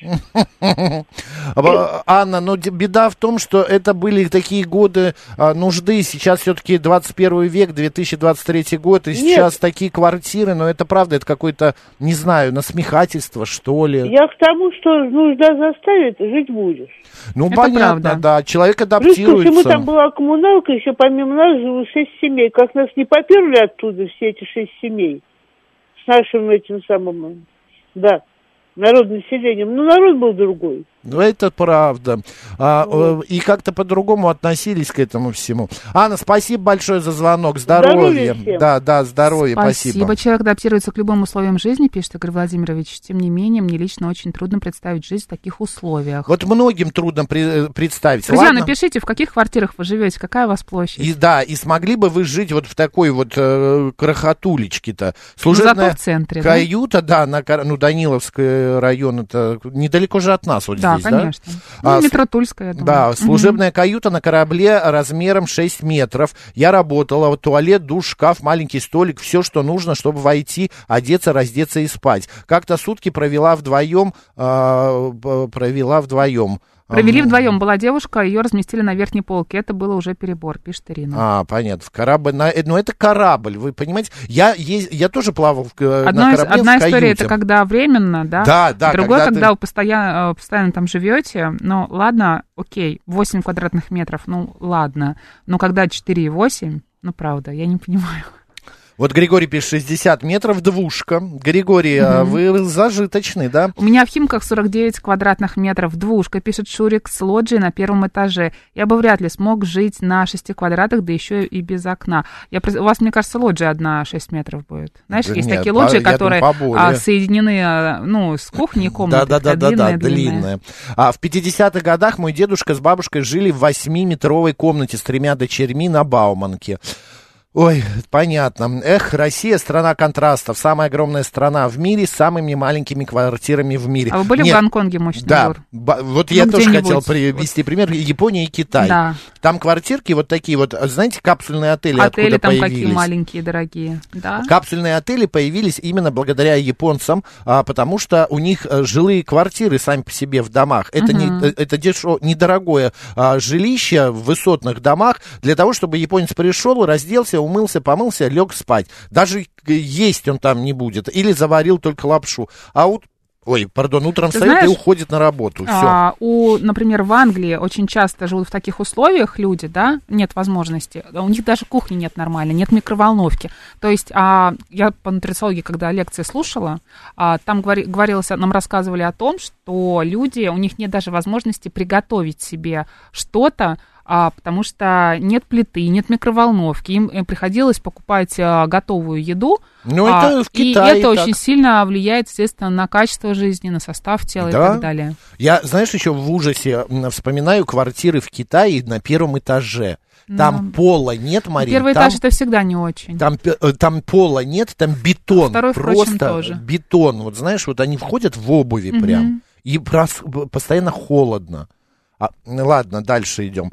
Анна, но беда в том, что это были такие годы а, нужды. Сейчас все-таки двадцать первый век, две тысячи двадцать третий год, и Нет. сейчас такие квартиры, но это правда, это какое-то, не знаю, насмехательство, что ли. Я к тому, что нужда заставит, жить будешь. Ну, это понятно, правда. да, человек адаптируется. Плюс ко всему там была коммуналка, еще помимо нас жило шесть семей. Как нас не поперли оттуда, все эти шесть семей, с нашим этим самым... Да, народным населением. Но народ был другой. Ну, это правда. А, вот. И как-то по-другому относились к этому всему. Анна, спасибо большое за звонок. Здоровья. Здоровья да, да, здоровья. Спасибо. Спасибо. Человек адаптируется к любым условиям жизни, пишет Игорь Владимирович. Тем не менее, мне лично очень трудно представить жизнь в таких условиях. Вот многим трудно при, представить. Друзья, Ладно? напишите, в каких квартирах вы живете, какая у вас площадь. И да, и смогли бы вы жить вот в такой вот э, крохотулечке-то. Служебная Зато в центре, каюта, да, да на, ну, Даниловский район, это недалеко же от нас вот да, здесь, конечно. да? Ну, А, метро Тульская, я думаю. Да, служебная угу. каюта на корабле размером шесть метров. Я работала, вот туалет, душ, шкаф, маленький столик, все, что нужно, чтобы войти, одеться, раздеться и спать. Как-то сутки провела вдвоем, э, провела вдвоем. Провели вдвоем. Была девушка, ее разместили на верхней полке. Это было уже перебор, пишет Ирина. А, понятно. В корабль, на, ну, это корабль, вы понимаете? Я, я, я тоже плавал в, одна на корабле из, Одна в история, каюте. это когда временно, да? Да, да. Другое, когда, когда ты... вы постоянно, постоянно там живете. Ну, ладно, окей, восемь квадратных метров, ну, ладно. Но когда четыре и восемь, ну, правда, я не понимаю. Вот Григорий пишет, шестьдесят метров, двушка. Григорий, mm-hmm. вы зажиточный, да? У меня в Химках сорок девять квадратных метров, двушка, пишет Шурик, с лоджией на первом этаже. Я бы вряд ли смог жить на шести квадратах, да еще и без окна. Я, у вас, мне кажется, лоджия одна шесть метров будет. Знаешь, да есть нет, такие лоджии, по, которые думаю, соединены, ну, с кухней и комнатой. Да-да-да, длинная. А в пятидесятых годах мой дедушка с бабушкой жили в восьмиметровой комнате с тремя дочерьми на Бауманке. Ой, понятно. Эх, Россия — страна контрастов. Самая огромная страна в мире с самыми маленькими квартирами в мире. А вы были Нет, в Гонконге, мощный да, тур? Ба- вот ну, я тоже хотел привести вот. пример. Япония и Китай. Да. Там квартирки вот такие вот, знаете, капсульные отели, отели откуда там появились. Отели там какие маленькие, дорогие. Да? Капсульные отели появились именно благодаря японцам, а, потому что у них а, жилые квартиры сами по себе в домах. Это, угу. не, это дешево, недорогое а, жилище в высотных домах для того, чтобы японец пришел, разделся, умылся, помылся, лег спать. Даже есть он там не будет. Или заварил только лапшу. А вот Ой, пардон, утром Ты встает знаешь, и уходит на работу. Все. А, у, например, в Англии очень часто живут в таких условиях люди, да, нет возможности, у них даже кухни нет нормальной, нет микроволновки. То есть а, я по нутрициологии, когда лекции слушала, а, там говори, говорилось, нам рассказывали о том, что люди, у них нет даже возможности приготовить себе что-то, А, потому что нет плиты, нет микроволновки, им, им приходилось покупать а, готовую еду. Ну, это а, в Китае и это так. очень сильно влияет, естественно, на качество жизни, на состав тела, да? И так далее. Я, знаешь, еще в ужасе вспоминаю квартиры в Китае на первом этаже. Там ну, пола нет, Марина. Первый там, этаж это всегда не очень. Там, там пола нет, там бетон. Второй, просто впрочем, тоже. Бетон. Вот знаешь, вот они входят в обуви угу. прям. И прос, постоянно холодно. А, ладно, дальше идем.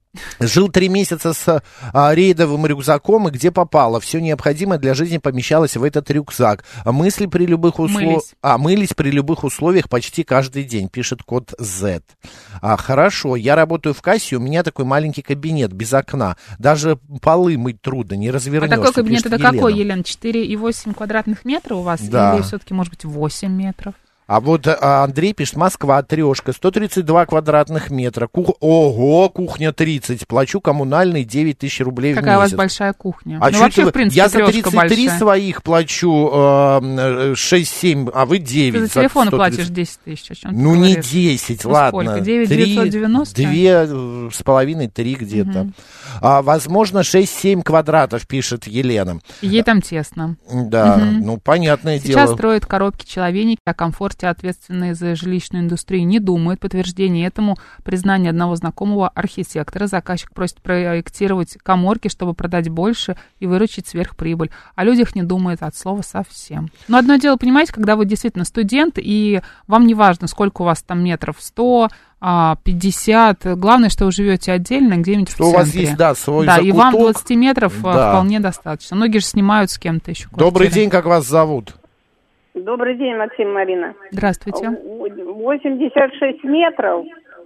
Жил три месяца с а, рейдовым рюкзаком, и где попало. Все необходимое для жизни помещалось в этот рюкзак. Мысли при любых условиях... А, мылись при любых условиях почти каждый день, пишет код Z. А, хорошо, я работаю в кассе, у меня такой маленький кабинет без окна. Даже полы мыть трудно, не развернешься. А такой кабинет это Елена. какой, Елена? четыре и восемь квадратных метров у вас? Да. Или все-таки, может быть, восемь метров? А вот а, Андрей пишет, Москва, трешка, сто тридцать два квадратных метра. Кух... Ого, кухня тридцать. Плачу коммунальные девять тысяч рублей Какая в месяц. Какая у вас большая кухня. А ну, вообще, вы... в принципе, я за тридцать три большая. своих плачу э, шесть-семь, а вы девять. Ты за телефон сто тридцать. платишь десять тысяч. О чем ну, ты не говоришь? десять, ну, ладно. Сколько? девять тысяч девятьсот девяносто? Две с половиной, три где-то. Угу. А, возможно, шесть-семь квадратов, пишет Елена. Ей там тесно. Да, угу. ну, понятное Сейчас дело. Сейчас строят коробки-человеники, о комфорте ответственные за жилищную индустрию не думают. Подтверждение этому признание одного знакомого архитектора. Заказчик просит проектировать каморки, чтобы продать больше и выручить сверхприбыль. О людях не думает от слова совсем. Но одно дело, понимаете, когда вы действительно студент, и вам не важно, сколько у вас там метров, сто, пятьдесят. Главное, что вы живете отдельно, где-нибудь что в центре. У вас есть, да, свой Да, закуток. И вам двадцать метров да. вполне достаточно. Многие же снимают с кем-то еще квартиры. Добрый день, как вас зовут? Добрый день, Максим, Марина. Здравствуйте. восемьдесят шесть метров,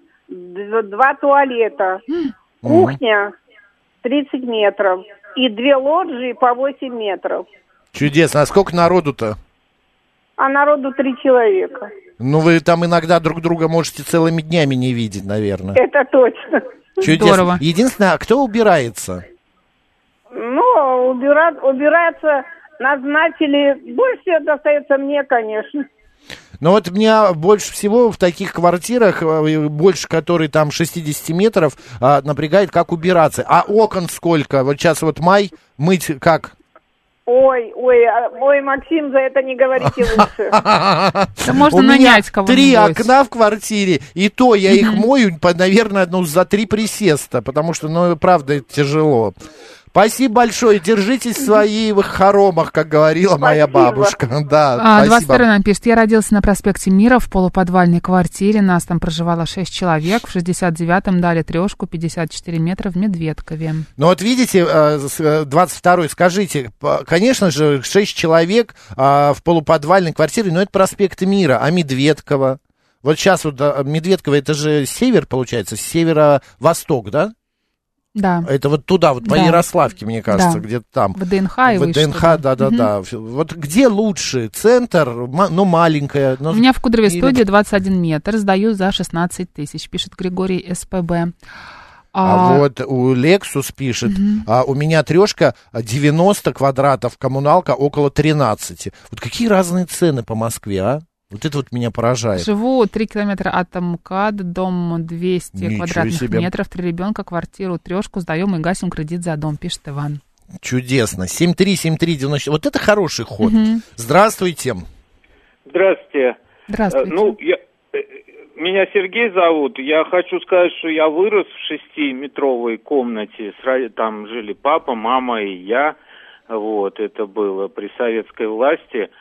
два туалета, кухня тридцать метров и две лоджии по восемь метров. Чудесно. А сколько народу-то? А народу три человека. Ну, вы там иногда друг друга можете целыми днями не видеть, наверное. Это точно. Чудесно. Здорово. Единственное, а кто убирается? Ну, убира... убираться назначили. Больше всего достается мне, конечно. Но вот меня больше всего в таких квартирах, больше которой там шестьдесят метров, напрягает, как убираться. А окон сколько? Вот сейчас вот май, мыть как? Ой, ой, ой, Максим, за это не говорите лучше. Да можно нанять кого-нибудь. Три окна в квартире, и то я их мою, наверное, ну, за три присеста, потому что, ну, правда, тяжело. Спасибо большое. Держитесь в своих хоромах, как говорила спасибо. Моя бабушка. Да, а, двадцать второй нам пишет. Я родился на проспекте Мира в полуподвальной квартире. Нас там проживало шесть человек. В шестьдесят девятом дали трешку, пятьдесят четыре метра в Медведкове. Ну вот видите, двадцать второй, скажите, конечно же, шесть человек в полуподвальной квартире, но это проспект Мира, а Медведково? Вот сейчас вот Медведково, это же север, получается, северо-восток, да? Да. Это вот туда, вот по да. Ярославке, мне кажется, да. где-то там. В ДНХ и В ДНХ, да-да-да. Угу. Вот где лучше? Центр, ну, маленькая. Но... У меня в Кудровой Или... студии двадцать один метр, сдаю за шестнадцать тысяч, пишет Григорий СПБ. А, а вот у Lexus пишет, угу. а, у меня трешка девяносто квадратов, коммуналка около тринадцати. Вот какие разные цены по Москве, а? Вот это вот меня поражает. Живу три километра от МКАД, дом двести Ничего квадратных себе. метров, три ребенка, квартиру, трешку, сдаем и гасим кредит за дом, пишет Иван. Чудесно. семь три семь три девяносто. Вот это хороший ход. Угу. Здравствуйте. Здравствуйте. Здравствуйте. Э, ну, я, э, меня Сергей зовут. Я хочу сказать, что я вырос в шестиметровой комнате. Там жили папа, мама и я. Вот, это было при советской власти.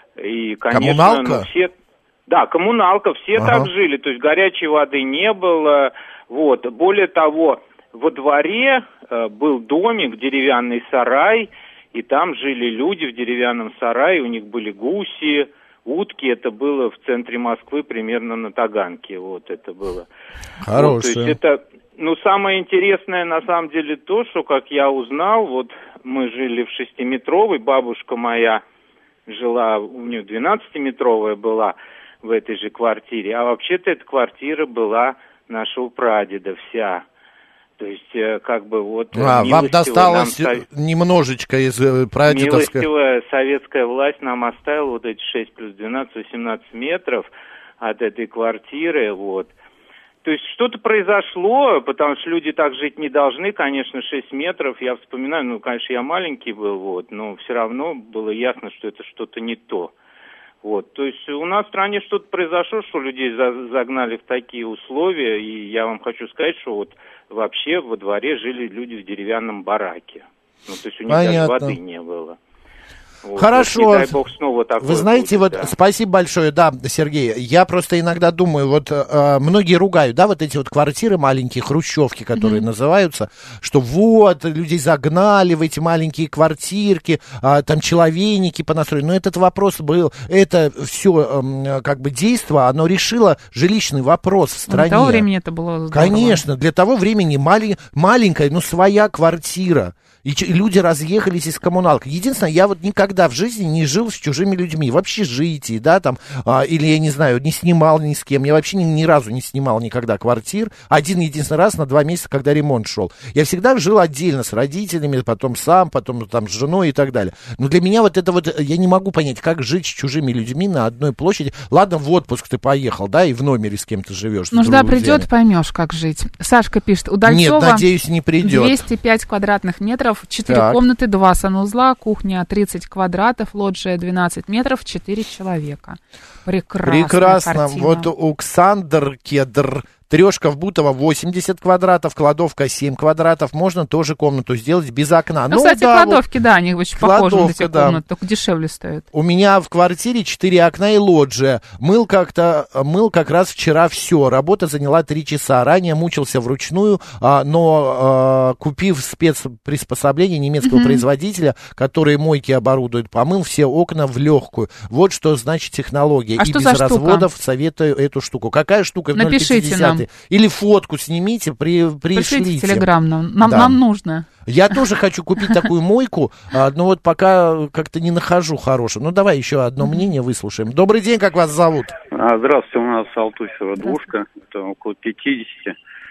И, конечно, коммуналка? Ну, все... Да, коммуналка, все ага. так жили, то есть горячей воды не было, вот. Более того, во дворе э, был домик, деревянный сарай, и там жили люди в деревянном сарае, у них были гуси, утки, это было в центре Москвы, примерно на Таганке, вот это было. Хорошее. Вот, то есть это, ну, самое интересное на самом деле то, что, как я узнал, вот мы жили в шестиметровой, бабушка моя жила, у нее двенадцатиметровая была в этой же квартире, а вообще-то эта квартира была нашего прадеда вся. То есть, как бы вот... А, вам досталось нам, немножечко из прадедовской... Милостивая советская власть нам оставила вот эти шесть плюс двенадцать, восемнадцать метров от этой квартиры, вот. То есть что-то произошло, потому что люди так жить не должны, конечно, шесть метров, я вспоминаю, ну, конечно, я маленький был, вот, но все равно было ясно, что это что-то не то. Вот, то есть у нас в стране что-то произошло, что людей за- загнали в такие условия, и я вам хочу сказать, что вот вообще во дворе жили люди в деревянном бараке. Ну, то есть у них Понятно. даже воды не было. Вот, Хорошо. Вот, не дай бог снова такое Вы знаете, будет, вот да. спасибо большое, да, Сергей. Я просто иногда думаю, вот э, многие ругают, да, вот эти вот квартиры маленькие, хрущевки, которые mm-hmm. называются, что вот, людей загнали в эти маленькие квартирки, э, там человейники понастроили. Но этот вопрос был, это все э, как бы действо, оно решило жилищный вопрос в стране. Для того времени это было здорово. Конечно, для того времени мали- маленькая, ну, своя квартира. И, ч- и люди разъехались из коммуналок. Единственное, я вот никогда в жизни не жил с чужими людьми. В общежитии, да, там, а, или, я не знаю, не снимал ни с кем. Я вообще ни, ни разу не снимал никогда квартир. Один единственный раз на два месяца, когда ремонт шел. Я всегда жил отдельно с родителями, потом сам, потом там с женой и так далее. Но для меня вот это вот, я не могу понять, как жить с чужими людьми на одной площади. Ладно, в отпуск ты поехал, да, и в номере с кем-то живешь. Нужда придет, поймешь, как жить. Сашка пишет, у Дальцова... Нет, надеюсь, не придет. двести пять квадратных метров, четыре Так. комнаты, два санузла, кухня тридцать квадратов, лоджия двенадцать метров, четыре человека. Прекрасная Прекрасно. картина. Вот Оксандр Кедр. Трешка в Бутово восемьдесят квадратов, кладовка семь квадратов. Можно тоже комнату сделать без окна. Ну, Ну, кстати, да, кладовки, да, они очень похожи на эти кладовка, да. комнаты, только дешевле стоят. У меня в квартире четыре окна и лоджия. Мыл как-то, мыл как раз вчера все. Работа заняла три часа. Ранее мучился вручную, а, но а, купив спецприспособление немецкого Мгм. производителя, которые мойки оборудуют, помыл все окна в легкую. Вот что значит технология. А и что без за штука? разводов советую эту штуку. Какая штука? Напишите нам. Или фотку снимите, при, Пришлите пришлите. в Телеграм нам. Нам, Да. нам нужно. Я тоже хочу купить такую мойку, а, но вот пока как-то не нахожу хорошую. Ну, давай еще одно мнение выслушаем. Добрый день, как вас зовут? А, Здравствуйте, у нас Алтусева двушка, это около пятидесяти.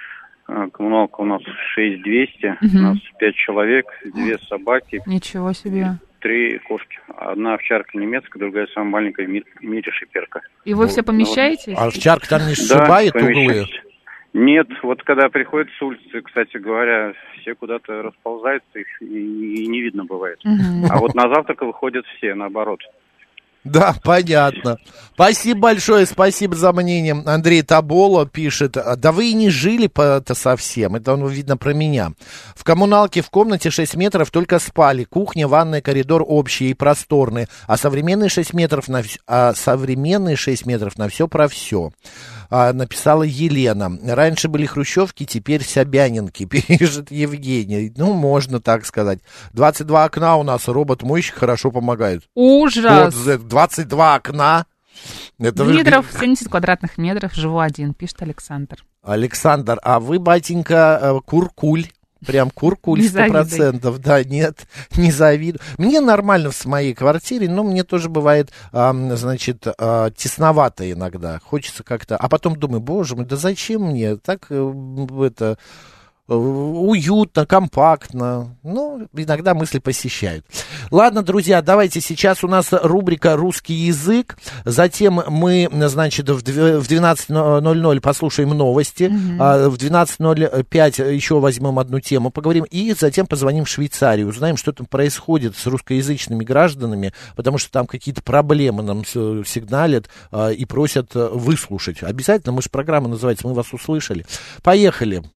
А, Коммуналка у нас шесть двести, Мгм. у нас пять человек, две собаки, Ничего себе. три кошки. Одна овчарка немецкая, другая самая маленькая в ми- мире шиперка. И вы все помещаетесь? А овчарка там не Да, сшибает углы? помещаемся. Нет, вот когда приходят с улицы, кстати говоря, все куда-то расползаются, их и, и не видно бывает. Мгм. А вот на завтрак выходят все, наоборот. Да, понятно. Спасибо большое, спасибо за мнение. Андрей Таболо пишет, да вы и не жили-то совсем, это он, видно, про меня. В коммуналке в комнате шесть метров только спали, кухня, ванная, коридор общие и просторные, а современные шесть метров на, вс- а современные шесть метров на все про все. А, написала Елена. Раньше были хрущевки, теперь собянинки, пишет Евгений. Ну, можно так сказать. двадцать два окна у нас, робот-мойщик хорошо помогает. Ужас. Вот, двадцать два окна. Это вы- Дмитров, семьдесят квадратных метров, живу один, пишет Александр. Александр, а вы, батенька, э, куркуль. Прям куркуль Не сто завидуй. процентов. Да, нет, не завидую. Мне нормально в моей квартире, но мне тоже бывает, ам, значит, а, тесновато иногда. Хочется как-то... А потом думаю, боже мой, да зачем мне? Так э, это... э, уютно, компактно. Ну, иногда мысли посещают. Ладно, друзья, давайте сейчас у нас рубрика «Русский язык». Затем мы, значит, в двенадцать ноль ноль послушаем новости. Мгм. А в двенадцать ноль пять еще возьмем одну тему, поговорим. И затем позвоним в Швейцарию. Узнаем, что там происходит с русскоязычными гражданами, потому что там какие-то проблемы нам с- сигналят а, и просят а, выслушать. Обязательно, мы же программа называется «Мы вас услышали». Поехали.